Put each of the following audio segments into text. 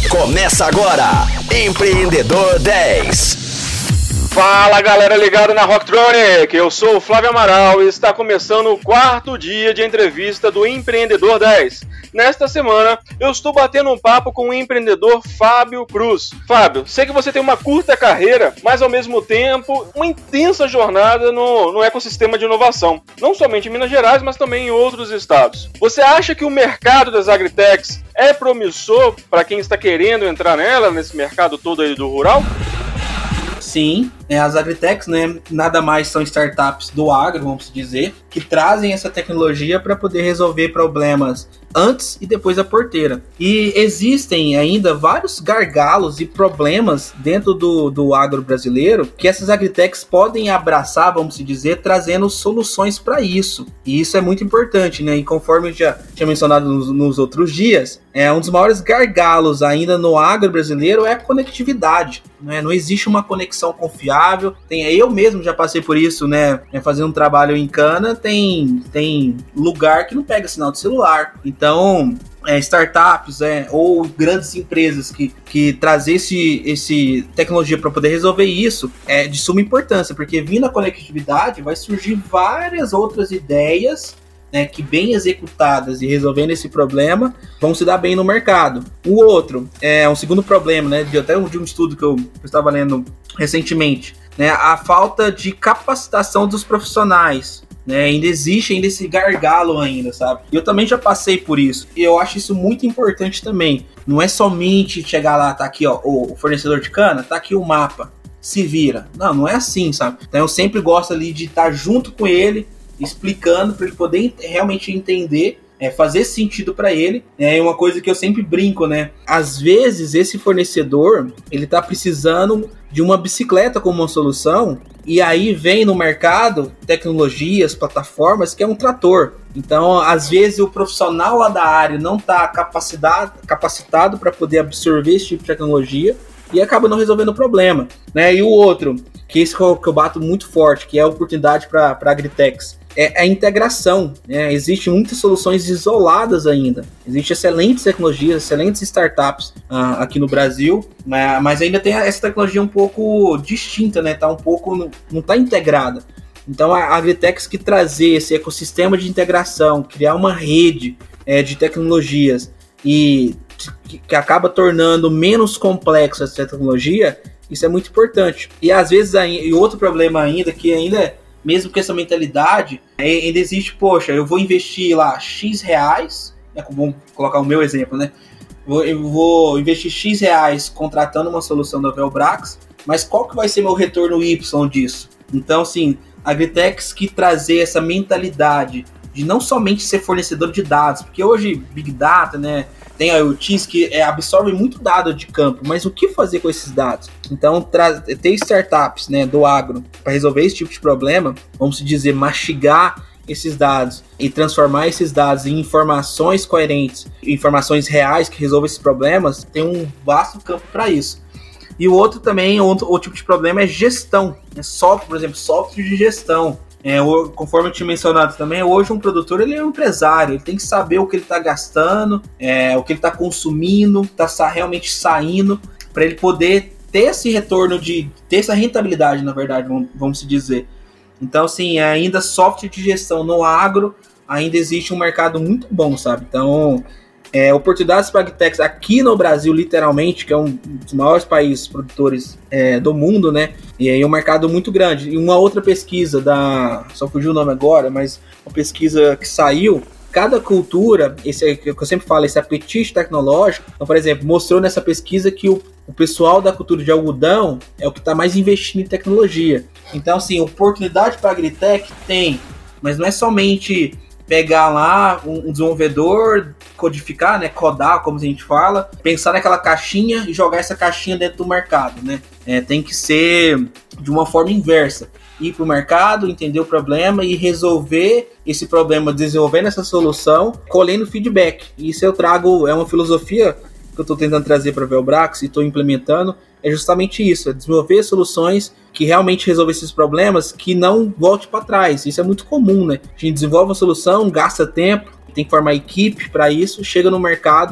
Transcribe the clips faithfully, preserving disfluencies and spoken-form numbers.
Começa agora, Empreendedor dez. Fala galera ligada na Rocktronic, eu sou o Flávio Amaral e está começando o quarto dia de entrevista do Empreendedor dez. Nesta semana, eu estou batendo um papo com o empreendedor Fábio Cruz. Fábio, sei que você tem uma curta carreira, mas ao mesmo tempo, uma intensa jornada no, no ecossistema de inovação. Não somente em Minas Gerais, mas também em outros estados. Você acha que o mercado das agritechs é promissor para quem está querendo entrar nela, nesse mercado todo aí do rural? Sim, né, as agritechs, né, nada mais são startups do agro, vamos dizer, que trazem essa tecnologia para poder resolver problemas antes e depois da porteira. E existem ainda vários gargalos e problemas dentro do, do agro brasileiro que essas agritechs podem abraçar, vamos dizer, trazendo soluções para isso. E isso é muito importante, né? E conforme eu já tinha mencionado nos, nos outros dias, é um dos maiores gargalos ainda no agro brasileiro é a conectividade. Né? Não existe uma conexão confiável. Tem, eu mesmo já passei por isso, né? Fazendo um trabalho em cana, tem, tem lugar que não pega sinal de celular. Então, é, startups é, ou grandes empresas que, que trazem esse, esse tecnologia para poder resolver isso é de suma importância, porque vindo a conectividade vai surgir várias outras ideias, né, que bem executadas e resolvendo esse problema vão se dar bem no mercado. O outro é um segundo problema, né, de até um, de um estudo que eu, que eu estava lendo recentemente, né, a falta de capacitação dos profissionais. Né, ainda existe ainda esse gargalo ainda, sabe? Eu também já passei por isso. E eu acho isso muito importante também. Não é somente chegar lá, tá aqui, ó, o fornecedor de cana, tá aqui o mapa, se vira. Não, não é assim, sabe? Então eu sempre gosto ali de estar junto com ele, explicando para ele poder realmente entender, é, fazer sentido para ele. É uma coisa que eu sempre brinco, né? Às vezes esse fornecedor, ele tá precisando de uma bicicleta como uma solução, e aí vem no mercado tecnologias, plataformas, que é um trator. Então, às vezes, o profissional lá da área não está capacitado, capacitado para poder absorver esse tipo de tecnologia e acaba não resolvendo o problema. Né? E o outro, que esse que eu, que eu bato muito forte, que é a oportunidade para a agritechs, é a integração. Né? Existem muitas soluções isoladas ainda. Existem excelentes tecnologias, excelentes startups uh, aqui no Brasil, né? Mas ainda tem essa tecnologia um pouco distinta, né? Tá um pouco, não está integrada. Então a agritechs que trazer esse ecossistema de integração, criar uma rede é, de tecnologias e que, que acaba tornando menos complexa essa tecnologia, isso é muito importante. E às vezes, e outro problema ainda, que ainda mesmo com essa mentalidade, ainda existe, poxa, eu vou investir lá X reais, né, vamos colocar o meu exemplo, né? Eu vou investir X reais contratando uma solução da Velbrax, mas qual que vai ser meu retorno Y disso? Então, assim, agritechs que trazer essa mentalidade de não somente ser fornecedor de dados, porque hoje Big Data, né, tem a IoTs que é, absorvem muito dado de campo, mas o que fazer com esses dados? Então, tra- ter startups, né, do agro para resolver esse tipo de problema, vamos dizer, mastigar esses dados e transformar esses dados em informações coerentes, informações reais que resolvam esses problemas, tem um vasto campo para isso. E o outro também, outro, outro tipo de problema é gestão, né? Software, por exemplo, software de gestão. É, conforme eu tinha mencionado também, hoje um produtor ele é um empresário, ele tem que saber o que ele está gastando, é, o que ele está consumindo, está realmente saindo, para ele poder ter esse retorno, de ter essa rentabilidade, na verdade, vamos, vamos dizer. Então, assim, ainda software de gestão no agro, ainda existe um mercado muito bom, sabe? Então, é, oportunidades para agritechs aqui no Brasil, literalmente, que é um dos maiores países produtores é, do mundo, né? E aí é um mercado muito grande. E uma outra pesquisa da... Só fugiu o nome agora, mas uma pesquisa que saiu, cada cultura, esse que eu sempre falo, esse apetite tecnológico, então, por exemplo, mostrou nessa pesquisa que o, o pessoal da cultura de algodão é o que está mais investindo em tecnologia. Então, assim, oportunidade para a agritech tem, mas não é somente pegar lá um, um desenvolvedor, codificar, né, codar, como a gente fala, pensar naquela caixinha e jogar essa caixinha dentro do mercado, né? É, tem que ser de uma forma inversa. Ir para o mercado, entender o problema e resolver esse problema, desenvolvendo essa solução, colhendo feedback. E isso eu trago, é uma filosofia que eu estou tentando trazer para a Velbrax e estou implementando, é justamente isso, é desenvolver soluções que realmente resolvam esses problemas, que não volte para trás. Isso é muito comum, né? A gente desenvolve uma solução, gasta tempo, tem que formar equipe para isso, chega no mercado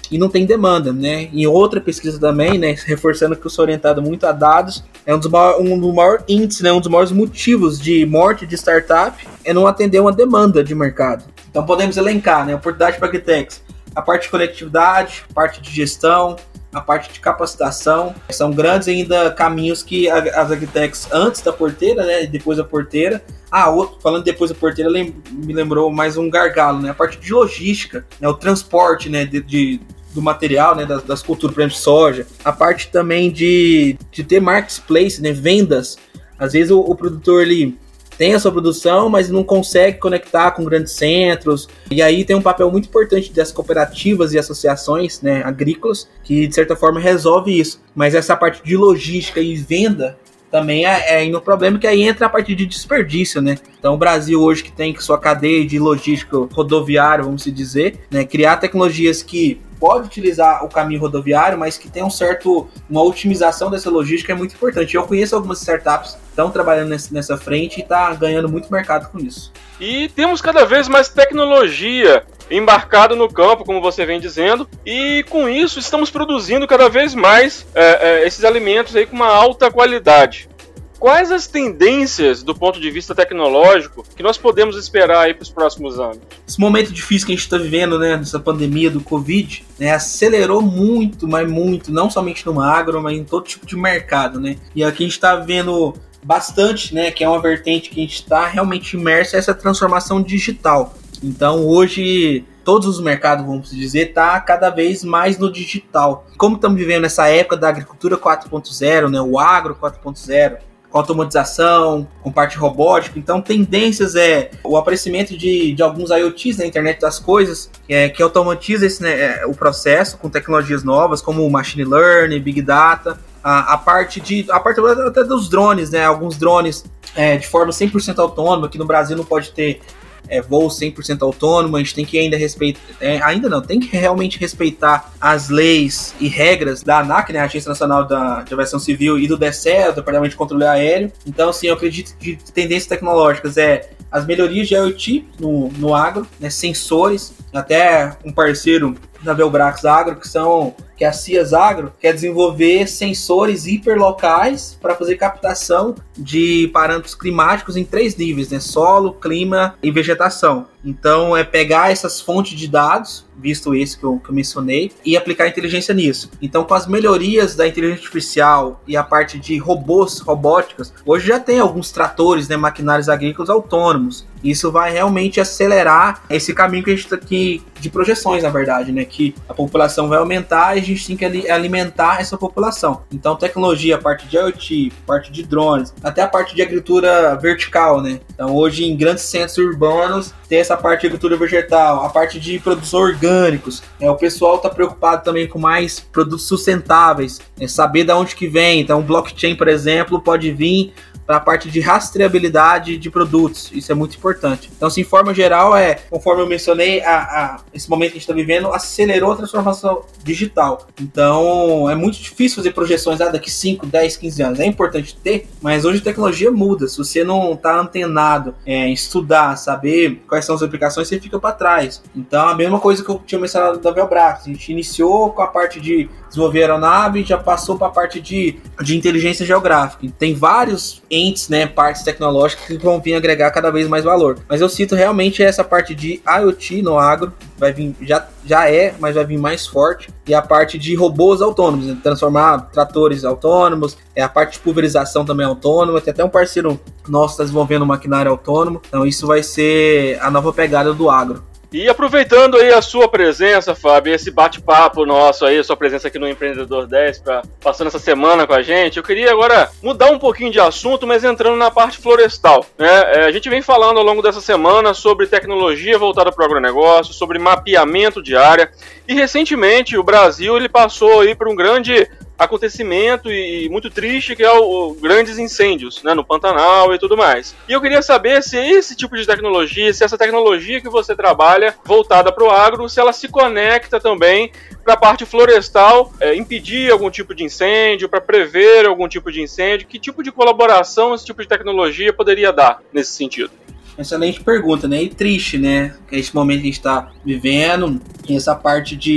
e não tem demanda, né? Em outra pesquisa também, né, reforçando que eu sou orientado muito a dados, é um dos maiores, um dos maiores índices, né, um dos maiores motivos de morte de startup é não atender uma demanda de mercado. Então podemos elencar, né, oportunidade para agritechs, a parte de conectividade, a parte de gestão, a parte de capacitação, são grandes ainda caminhos que as agritechs antes da porteira, né, e depois da porteira. Ah, outro, falando depois da porteira, lem- me lembrou mais um gargalo, né, a parte de logística, né, o transporte, né, de, de do material, né, das, das culturas, por exemplo, soja, a parte também de, de ter marketplace, né, vendas. Às vezes o, o produtor ele tem a sua produção, mas não consegue conectar com grandes centros, e aí tem um papel muito importante das cooperativas e associações, né, agrícolas, que de certa forma resolve isso. Mas essa parte de logística e venda também é, é um problema, que aí entra a parte de desperdício, né? Então o Brasil hoje, que tem sua cadeia de logística rodoviária, vamos dizer, né, criar tecnologias que pode utilizar o caminho rodoviário, mas que tem um certo, uma otimização dessa logística é muito importante. Eu conheço algumas startups que estão trabalhando nessa, nessa frente e está ganhando muito mercado com isso. E temos cada vez mais tecnologia embarcado no campo, como você vem dizendo, e com isso estamos produzindo cada vez mais é, é, esses alimentos aí com uma alta qualidade. Quais as tendências do ponto de vista tecnológico que nós podemos esperar aí para os próximos anos? Esse momento difícil que a gente está vivendo, né, nessa pandemia do Covid, né, acelerou muito, mas muito, não somente no agro, mas em todo tipo de mercado, né? E aqui a gente está vendo bastante, né, que é uma vertente que a gente está realmente imerso nessa transformação digital. Então hoje todos os mercados, vamos dizer, tá cada vez mais no digital. Como estamos vivendo nessa época da agricultura quatro ponto zero, né, o agro quatro ponto zero, com automatização, com parte robótica, então tendências é o aparecimento de, de alguns IoTs na internet das coisas, que, é, que automatiza esse, né, o processo com tecnologias novas, como o machine learning, big data, a, a parte de a parte até dos drones, né, alguns drones é, de forma cem por cento autônoma, que no Brasil não pode ter É, voo cem por cento autônomo, a gente tem que ainda respeitar, é, ainda não, tem que realmente respeitar as leis e regras da ANAC, né, a Agência Nacional da, de Aviação Civil, e do D E C E, o Departamento de Controle Aéreo. Então, assim, eu acredito que tendências tecnológicas é as melhorias de IoT no, no agro, né, sensores, até um parceiro da Velbrax Agro, que são que é a Cias Agro, quer desenvolver sensores hiperlocais para fazer captação de parâmetros climáticos em três níveis, né? Solo, clima e vegetação. Então, é pegar essas fontes de dados, visto esse que eu, que eu mencionei, e aplicar inteligência nisso. Então, com as melhorias da inteligência artificial e a parte de robôs, robóticas, hoje já tem alguns tratores, né, maquinários agrícolas autônomos. Isso vai realmente acelerar esse caminho que a gente está aqui, de projeções, na verdade, né? Que a população vai aumentar e a gente tem que alimentar essa população. Então, tecnologia, a parte de IoT, a parte de drones, até a parte de agricultura vertical, né? Então, hoje, em grandes centros urbanos, tem essa parte de agricultura vegetal, a parte de produtos orgânicos. É, o pessoal está preocupado também com mais produtos sustentáveis, é, saber de onde que vem. Então, o blockchain, por exemplo, pode vir para a parte de rastreabilidade de produtos. Isso é muito importante. Então, assim, em forma geral, é, conforme eu mencionei, a, a, esse momento que a gente está vivendo acelerou a transformação digital. Então, é muito difícil fazer projeções ah, daqui cinco, dez, quinze anos. É importante ter, mas hoje a tecnologia muda. Se você não está antenado é, em estudar, saber quais são as aplicações, você fica para trás. Então, a mesma coisa que eu tinha mencionado da Velbrax. A gente iniciou com a parte de desenvolver aeronave, já passou para a parte de, de inteligência geográfica. Tem vários entes, né, partes tecnológicas que vão vir agregar cada vez mais valor. Mas eu cito realmente essa parte de IoT no agro, vai vir, já, já é, mas vai vir mais forte. E a parte de robôs autônomos, né, transformar tratores autônomos, é a parte de pulverização também autônoma. Tem até um parceiro nosso que está desenvolvendo um maquinário autônomo. Então isso vai ser a nova pegada do agro. E aproveitando aí a sua presença, Fábio, esse bate-papo nosso aí, a sua presença aqui no Empreendedor dez, pra, passando essa semana com a gente, eu queria agora mudar um pouquinho de assunto, mas entrando na parte florestal, né? É, a gente vem falando ao longo dessa semana sobre tecnologia voltada para o agronegócio, sobre mapeamento de área, e recentemente o Brasil ele passou aí por um grande acontecimento e muito triste, que é o, o grandes incêndios, né, no Pantanal e tudo mais. E eu queria saber se esse tipo de tecnologia, se essa tecnologia que você trabalha voltada para o agro, se ela se conecta também para a parte florestal, é, impedir algum tipo de incêndio, para prever algum tipo de incêndio, que tipo de colaboração esse tipo de tecnologia poderia dar nesse sentido? Excelente pergunta, né? E triste, né? Que é esse momento que a gente está vivendo, e essa parte de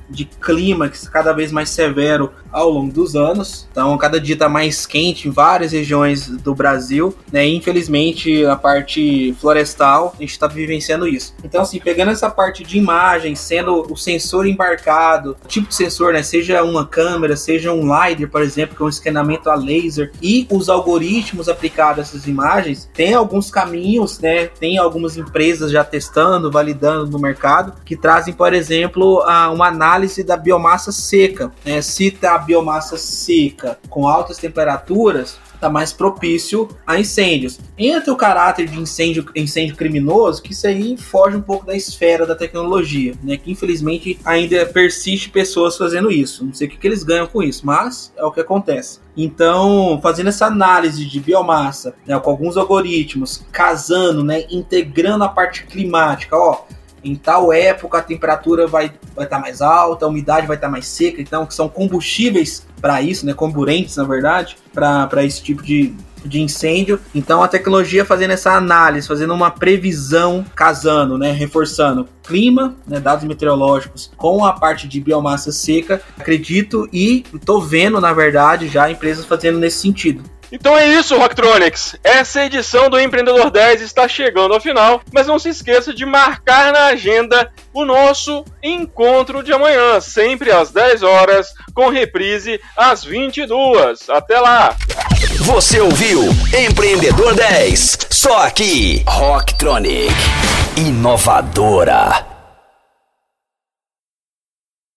de clima que cada vez mais severo ao longo dos anos. Então, cada dia está mais quente em várias regiões do Brasil, né? E, infelizmente, a parte florestal, a gente está vivenciando isso. Então, assim, pegando essa parte de imagem, sendo o sensor embarcado, tipo de sensor, né? Seja uma câmera, seja um LiDAR, por exemplo, que é um escaneamento a laser, e os algoritmos aplicados a essas imagens, tem alguns caminhos, né? Tem algumas empresas já testando, validando no mercado, que trazem, por exemplo, uma análise da biomassa seca, né? Se tá a biomassa seca com altas temperaturas, está mais propício a incêndios. Entre o caráter de incêndio, incêndio criminoso, que isso aí foge um pouco da esfera da tecnologia, né? Que infelizmente ainda persiste pessoas fazendo isso. Não sei o que, que eles ganham com isso, mas é o que acontece. Então, fazendo essa análise de biomassa, né, com alguns algoritmos, casando, né, integrando a parte climática, ó, em tal época a temperatura vai vai estar mais alta, a umidade vai estar mais seca, então que são combustíveis para isso, né, comburentes na verdade, para esse tipo de, de incêndio. Então a tecnologia fazendo essa análise, fazendo uma previsão, casando, né, reforçando clima, né, dados meteorológicos com a parte de biomassa seca, acredito e estou vendo na verdade já empresas fazendo nesse sentido. Então é isso, Rocktronics. Essa edição do Empreendedor dez está chegando ao final, mas não se esqueça de marcar na agenda o nosso encontro de amanhã, sempre às dez horas, com reprise às vinte e duas. Até lá! Você ouviu Empreendedor dez, só aqui, Rocktronic, inovadora.